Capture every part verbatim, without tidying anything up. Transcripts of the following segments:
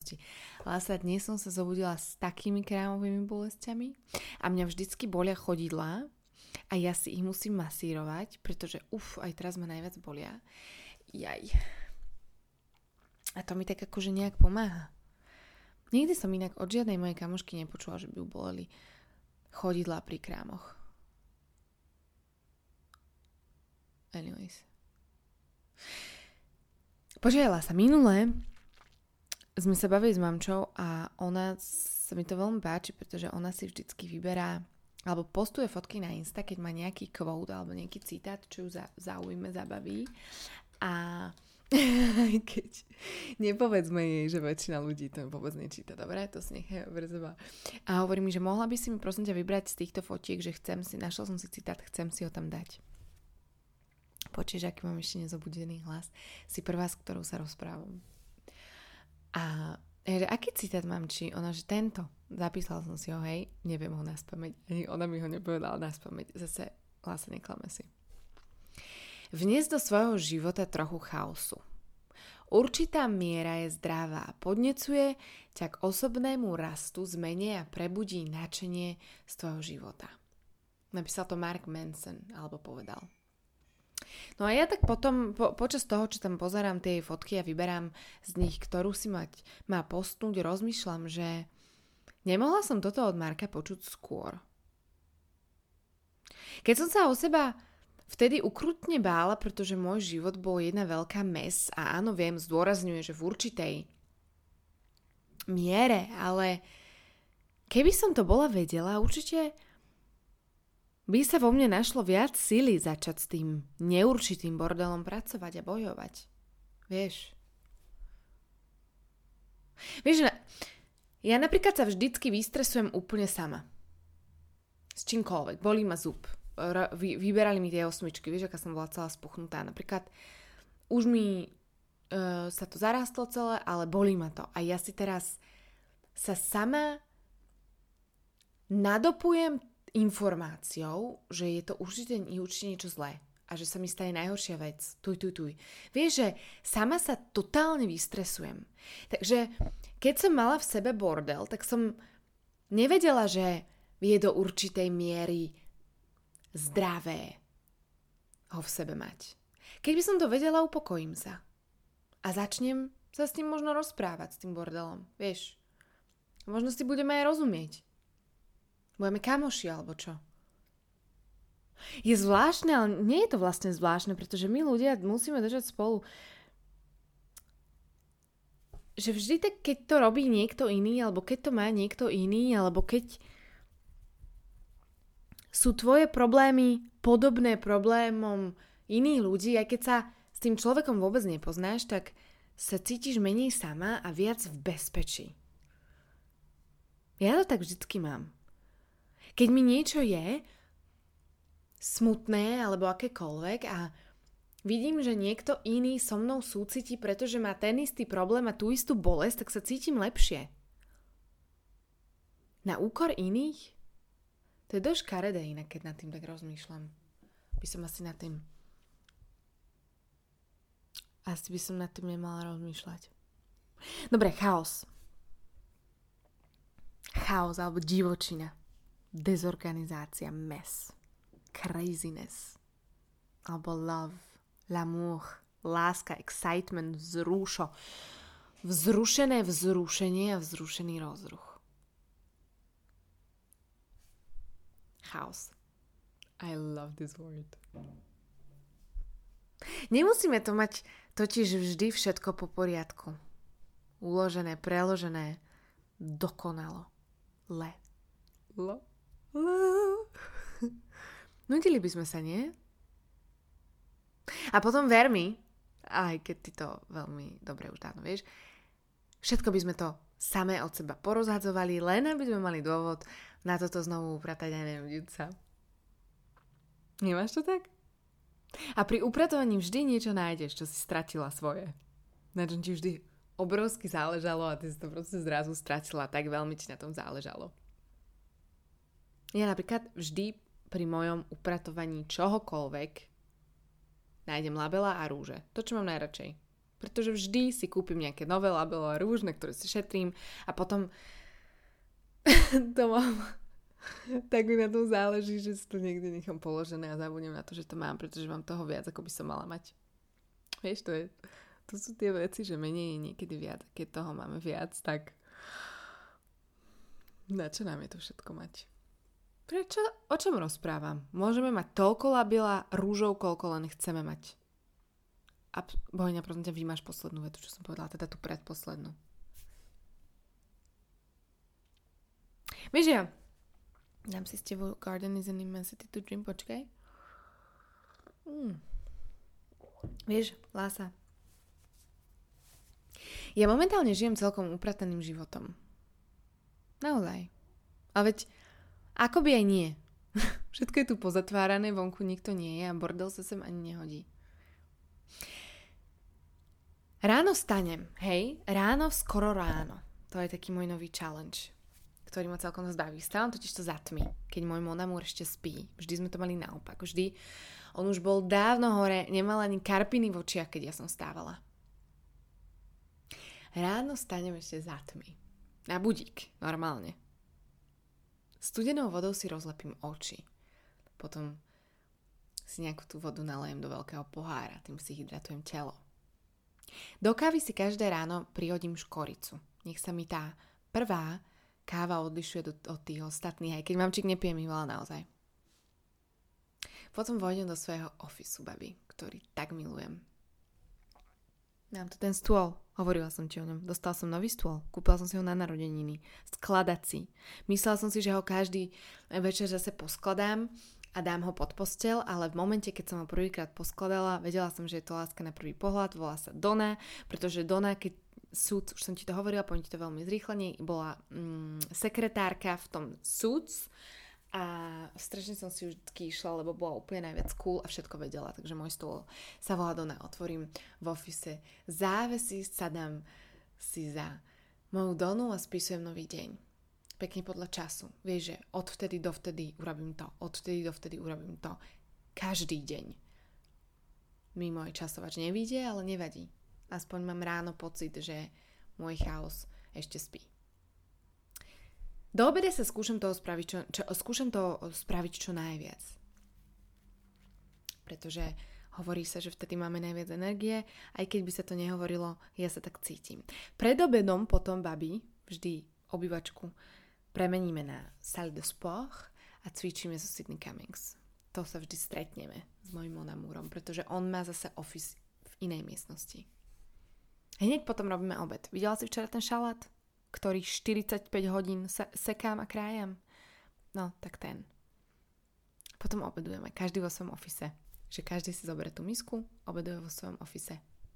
bolesti. Lása, dnes som sa zobudila s takými krámovými bolestiami a mňa vždycky bolia chodidlá a ja si ich musím masírovať, pretože uf, aj teraz ma najviac bolia. Jaj. A to mi tak akože nejak pomáha. Nikdy som inak od žiadnej mojej kamošky nepočula, že by ju boleli chodidlá pri krámoch. Anyways. Počujela sa minule, sme sa bavili s mamčou a ona sa mi to veľmi páči, pretože ona si vždycky vyberá alebo postuje fotky na Insta, keď má nejaký quote alebo nejaký citát, čo ju zaujíme, zabaví. A keď nepovedzme jej, že väčšina ľudí to vôbec nečíta, dobre? To si nechajú pre seba. A hovorí mi, že mohla by si mi prosím ťa vybrať z týchto fotiek, že chcem si, našla som si citát, chcem si ho tam dať. Počuješ, aký mám ešte nezobudený hlas. Si prvá, s ktorou sa rozprávam. A ja, že aký citát mám, či ona, že tento. Zapísala som si ho, hej, neviem ho naspamäť. Ani ona mi ho nepovedala naspamäť. Zase, Lása, neklame si. Vniesť do svojho života trochu chaosu. Určitá miera je zdravá. Podnecuje ťa k osobnému rastu, zmene a prebudí nadšenie z tvojho života. Napísal to Mark Manson, alebo povedal. No a ja tak potom, po, počas toho, čo tam pozerám tie fotky a vyberám z nich, ktorú si mať, má postnúť, rozmýšľam, že nemohla som toto od Marka počuť skôr. Keď som sa o seba vtedy ukrutne bála, pretože môj život bol jedna veľká mes a áno, viem, zdôrazňuje, že v určitej miere, ale keby som to bola vedela, určite by sa vo mne našlo viac sily začať s tým neurčitým bordelom pracovať a bojovať. Vieš? Vieš, ja napríklad sa vždycky vystresujem úplne sama. S čímkoľvek. Bolí ma zub. Vy, vyberali mi tie osmičky. Vieš, aká som bola celá spuchnutá. Napríklad už mi uh, sa to zarastlo celé, ale bolí ma to. A ja si teraz sa sama nadopujem informáciou, že je to určite, určite niečo zlé a že sa mi stane najhoršia vec. Tuj, tuj, tuj. Vieš, že sama sa totálne vystresujem. Takže keď som mala v sebe bordel, tak som nevedela, že je do určitej miery zdravé ho v sebe mať. Keď by som to vedela, upokojím sa. A začnem sa s tým možno rozprávať, s tým bordelom. Vieš, možno si budeme aj rozumieť. Budeme kamoši, alebo čo? Je zvláštne, ale nie je to vlastne zvláštne, pretože my ľudia musíme držať spolu. Že vždy tak, keď to robí niekto iný, alebo keď to má niekto iný, alebo keď sú tvoje problémy podobné problémom iných ľudí, aj keď sa s tým človekom vôbec nepoznáš, tak sa cítiš menej sama a viac v bezpečí. Ja to tak vždycky mám. Keď mi niečo je smutné alebo akékoľvek a vidím, že niekto iný so mnou súcití, pretože má ten istý problém a tú istú bolesť, tak sa cítim lepšie. Na úkor iných? To je dosť škaredé inak, keď nad tým tak rozmýšľam. By som asi nad tým... Asi by som nad tým nemala rozmýšľať. Dobre, chaos. Chaos alebo divočina. Dezorganizácia, mess, craziness, alebo love, l'amour, láska, excitement, vzrušo, vzrušené vzrušenie a vzrušený rozruch. Chaos. I love this word. Nemusíme to mať totiž vždy všetko po poriadku. Uložené, preložené, dokonalo. Le. Lo. Nudili by sme sa, nie? A potom ver mi, aj keď ty to veľmi dobre už dávno vieš, všetko by sme to samé od seba porozhadzovali, len aby sme mali dôvod na toto znovu upratať a nenudiť sa. Nemáš to tak? A pri upratovaní vždy niečo nájdeš, čo si stratila svoje. Na čom ti vždy obrovsky záležalo a ty si to proste zrazu stratila, tak veľmi ti na tom záležalo. Ja napríklad vždy pri mojom upratovaní čohokoľvek nájdem labela a rúže. To, čo mám najradšej. Pretože vždy si kúpim nejaké nové labelo a rúž, na ktoré si šetrím a potom to mám, tak mi na tom záleží, že si to niekde nechám položené a zabudnem na to, že to mám, pretože mám toho viac, ako by som mala mať. Vieš, to, je, to sú tie veci, že menej je niekedy viac. Keď toho máme viac, tak na čo nám je to všetko mať? Prečo? O čom rozprávam? Môžeme mať toľko labila, rúžov, koľko len chceme mať. A Bohyňa, prosím ťa, vymáš poslednú vetu, čo som povedala, teda tú predposlednú. Vieš, ja dám si s tebou Garden is an immensity to dream, počkaj. Mm. Vieš, Lása, ja momentálne žijem celkom uprataným životom. Naozaj. A veď, ako by aj nie. Všetko je tu pozatvárané, vonku nikto nie je a bordel sa sem ani nehodí. Ráno stanem, hej? Ráno, skoro ráno. To je taký môj nový challenge, ktorý ma celkom zbaví. Stávam totiž to za tmy, keď môj mon amour ešte spí. Vždy sme to mali naopak. Vždy on už bol dávno hore, nemal ani karpiny v očiach, keď ja som stávala. Ráno stanem ešte za tmy. Na budík, normálne. Studenou vodou si rozlepím oči. Potom si nejakú tú vodu nalejem do veľkého pohára, tým si hydratujem telo. Do kávy si každé ráno prihodím škoricu. Nech sa mi tá prvá káva odlišuje od tých ostatných, aj keď mamčík nepije mi veľa naozaj. Potom vojdem do svojho ofisu, babi, ktorý tak milujem. Mám tu ten stôl, hovorila som ti o ňom. Dostala som nový stôl, kúpila som si ho na narodeniny. Skladací. Myslela som si, že ho každý večer zase poskladám a dám ho pod posteľ, ale v momente, keď som ho prvýkrát poskladala, vedela som, že je to láska na prvý pohľad, volá sa Dona, pretože Dona, keď Suits, už som ti to hovorila, poviem ti to veľmi zrýchlene, bola mm, sekretárka v tom Suits a strašne som si už išla, lebo bola úplne najviac cool a všetko vedela, takže môj stôl sa volá Dona, otvorím v office závesy, sadám si za moju Donu a spisujem nový deň. Pekne podľa času. Vieš, že odvtedy dovtedy urobím to, odvtedy dovtedy urobím to. Každý deň. Mi môj časovač nevíde, ale nevadí. Aspoň mám ráno pocit, že môj chaos ešte spí. Do obeda sa skúšam toho spraviť čo, čo, skúšam toho spraviť čo najviac. Pretože hovorí sa, že vtedy máme najviac energie, aj keď by sa to nehovorilo, ja sa tak cítim. Pred obedom potom, babi, vždy obývačku premeníme na salle de sport a cvičíme so Sydney Cummings. To sa vždy stretneme s mojím mon amourom, pretože on má zase office v inej miestnosti. Hneď potom robíme obed. Videla si včera ten šalát, ktorý štyridsaťpäť hodín se- sekám a krájam? No, tak ten. Potom obedujeme, každý vo svojom office. Že každý si zoberie tú misku, obeduje vo svojom office.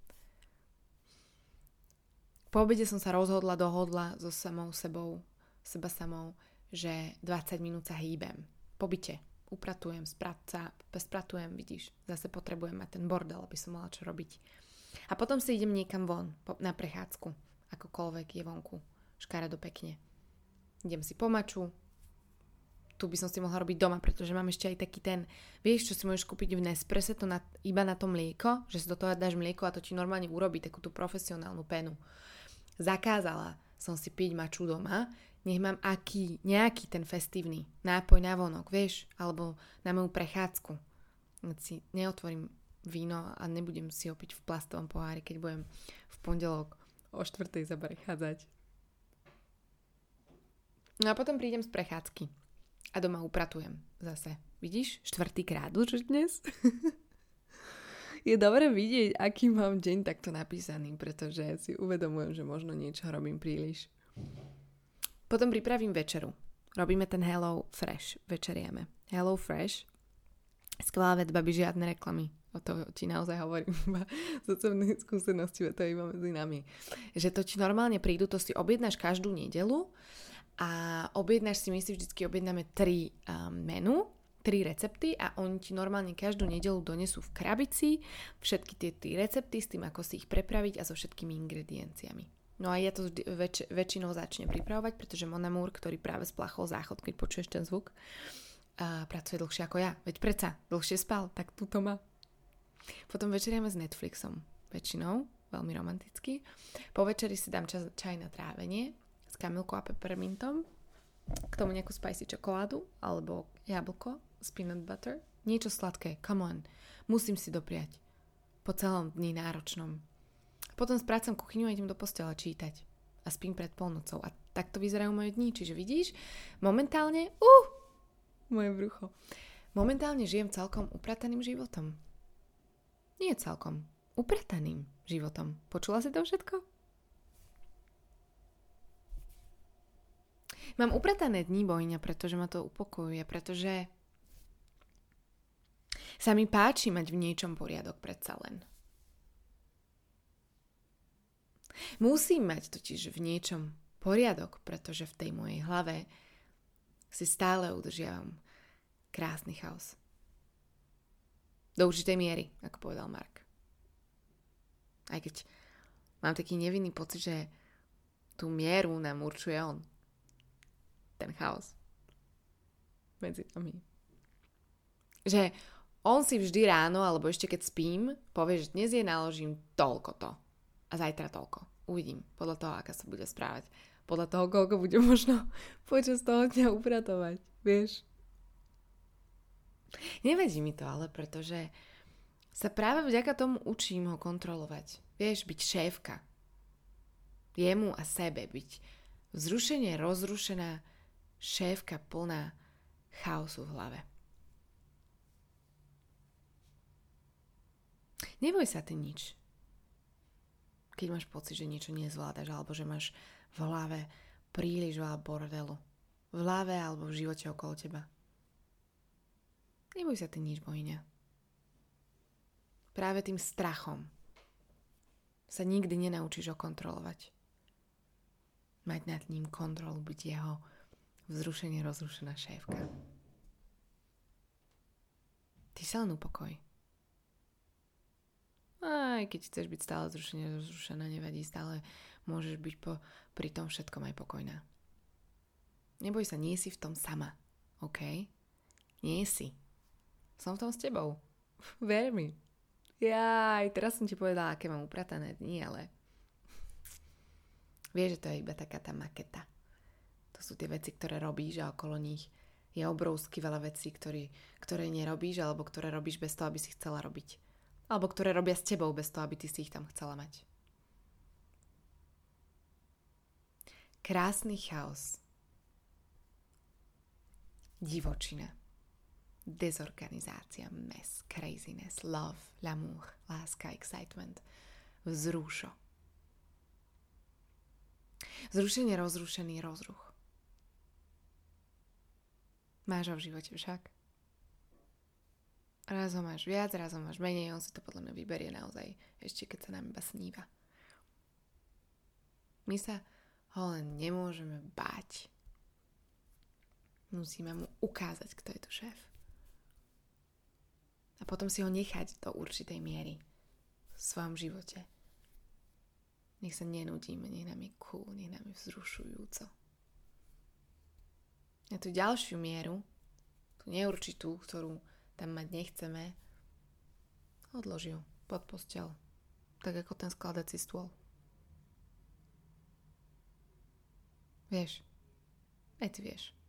Po obede som sa rozhodla, dohodla so samou sebou, seba samou, že dvadsať minút sa hýbem. Po byte. Upratujem, spratca, spratujem, vidíš. Zase potrebujem mať ten bordel, aby som mala čo robiť. A potom si idem niekam von, na prechádzku. Akokoľvek je vonku. Škaredo pekne. Idem si po maču. Tu by som si mohla robiť doma, pretože mám ešte aj taký ten, vieš, čo si môžeš kúpiť v Nespresse, to na, iba na to mlieko, že si do toho dáš mlieko a to ti normálne urobí takú tú profesionálnu penu. Zakázala som si piť maču doma, nech mám aký, nejaký ten festívny nápoj na vonok, vieš, alebo na moju prechádzku. Si neotvorím víno a nebudem si ho piť v plastovom pohári, keď budem v pondelok o štvrtej sa prechádzať. No a potom prídem z prechádzky a doma upratujem zase. Vidíš? Štvrtýkrát už dnes. Je dobre vidieť, aký mám deň takto napísaný, pretože si uvedomujem, že možno niečo robím príliš. Potom pripravím večeru. Robíme ten Hello Fresh. Večerieme. Hello Fresh. Skvelá vec, babi, žiadne reklamy. O to ti naozaj hovorím iba z osobnej skúsenosti, to je iba medzi nami. Že to ti normálne prídu, to si objednáš každú nedeľu a objednáš si, my si vždycky objednáme tri um, menu, tri recepty a oni ti normálne každú nedeľu donesú v krabici všetky tie tri recepty s tým, ako si ich prepraviť a so všetkými ingredienciami. No a ja to vždy, väč, väčšinou začnem pripravovať, pretože mon amour, ktorý práve splachol záchod, keď počuješ ten zvuk, a pracuje dlhšie ako ja. Veď predsa, dlhšie spal, tak tu to má. Potom večeriame s Netflixom. Väčšinou veľmi romantický. Po večeri si dám čas, čaj na trávenie s kamilkou a peppermintom, k tomu nejakú spicy čokoládu alebo jablko s peanut butter. Niečo sladké, come on. Musím si dopriať. Po celom dni náročnom. Potom spracam kuchyňu a idem do postela čítať. A spím pred polnocou. A takto vyzerajú moje dni. Čiže vidíš, momentálne, uh, moje brucho. Momentálne žijem celkom uprataným životom. Nie celkom. Uprataným životom. Počula si to všetko? Mám upratané dni, Bojňa, pretože ma to upokojuje, pretože sa mi páči mať v niečom poriadok predsa len. Musím mať totiž v niečom poriadok, pretože v tej mojej hlave si stále udržiavam krásny chaos. Do určitej miery, ako povedal Mark. Aj keď mám taký nevinný pocit, že tú mieru nám určuje on. Ten chaos. Medzi nami. Že on si vždy ráno, alebo ešte keď spím, povie, že dnes je naložím toľko to. A zajtra toľko. Uvidím. Podľa toho, aká sa bude správať. Podľa toho, koľko bude možno počas toho dňa upratovať. Vieš? Nevadí mi to, ale pretože sa práve vďaka tomu učím ho kontrolovať. Vieš, byť šéfka. Jemu a sebe byť vzrušene rozrušená šéfka plná chaosu v hlave. Neboj sa ty nič. Keď máš pocit, že niečo nezvládaš, alebo že máš v hlave príliš veľa bordelu. V hlave alebo v živote okolo teba. Neboj sa ty nič, Bojňa. Práve tým strachom sa nikdy nenaučíš ho kontrolovať. Mať nad ním kontrolu, byť jeho vzrušene rozrušená šéfka. Ty sa len upokoj. Aj keď chceš byť stále vzrušene rozrušená, nevadí, stále môžeš byť po, pri tom všetkom aj pokojná. Neboj sa, nie si v tom sama. OK? Nie si. Som v tom s tebou. Ver mi. Jaj, teraz som ti povedala, aké mám upratané dni, ale vieš, že to je iba taká tá maketa. To sú tie veci, ktoré robíš a okolo nich je obrovsky veľa vecí, ktorý, ktoré nerobíš alebo ktoré robíš bez toho, aby si chcela robiť. Alebo ktoré robia s tebou bez toho, aby ty si ich tam chcela mať. Krásny chaos. Divočina. Dezorganizácia, mes, craziness, love, l'amour, láska, excitement, vzrušo. Zrušenie, rozrušený rozruch. Máš ho v živote však? Raz ho máš viac, raz ho máš menej, on si to podľa mňa vyberie naozaj, ešte keď sa nám iba sníva. My sa ho len nemôžeme báť. Musíme mu ukázať, kto je tu šéf. A potom si ho nechať do určitej miery v svojom živote. Nech sa nenudíme, nech nám je cool, nech nám je vzrušujúco. A tú ďalšiu mieru, tú neurčitú, ktorú tam mať nechceme, odlož ju pod posteľ. Tak ako ten skladací stôl. Vieš. Aj ty vieš.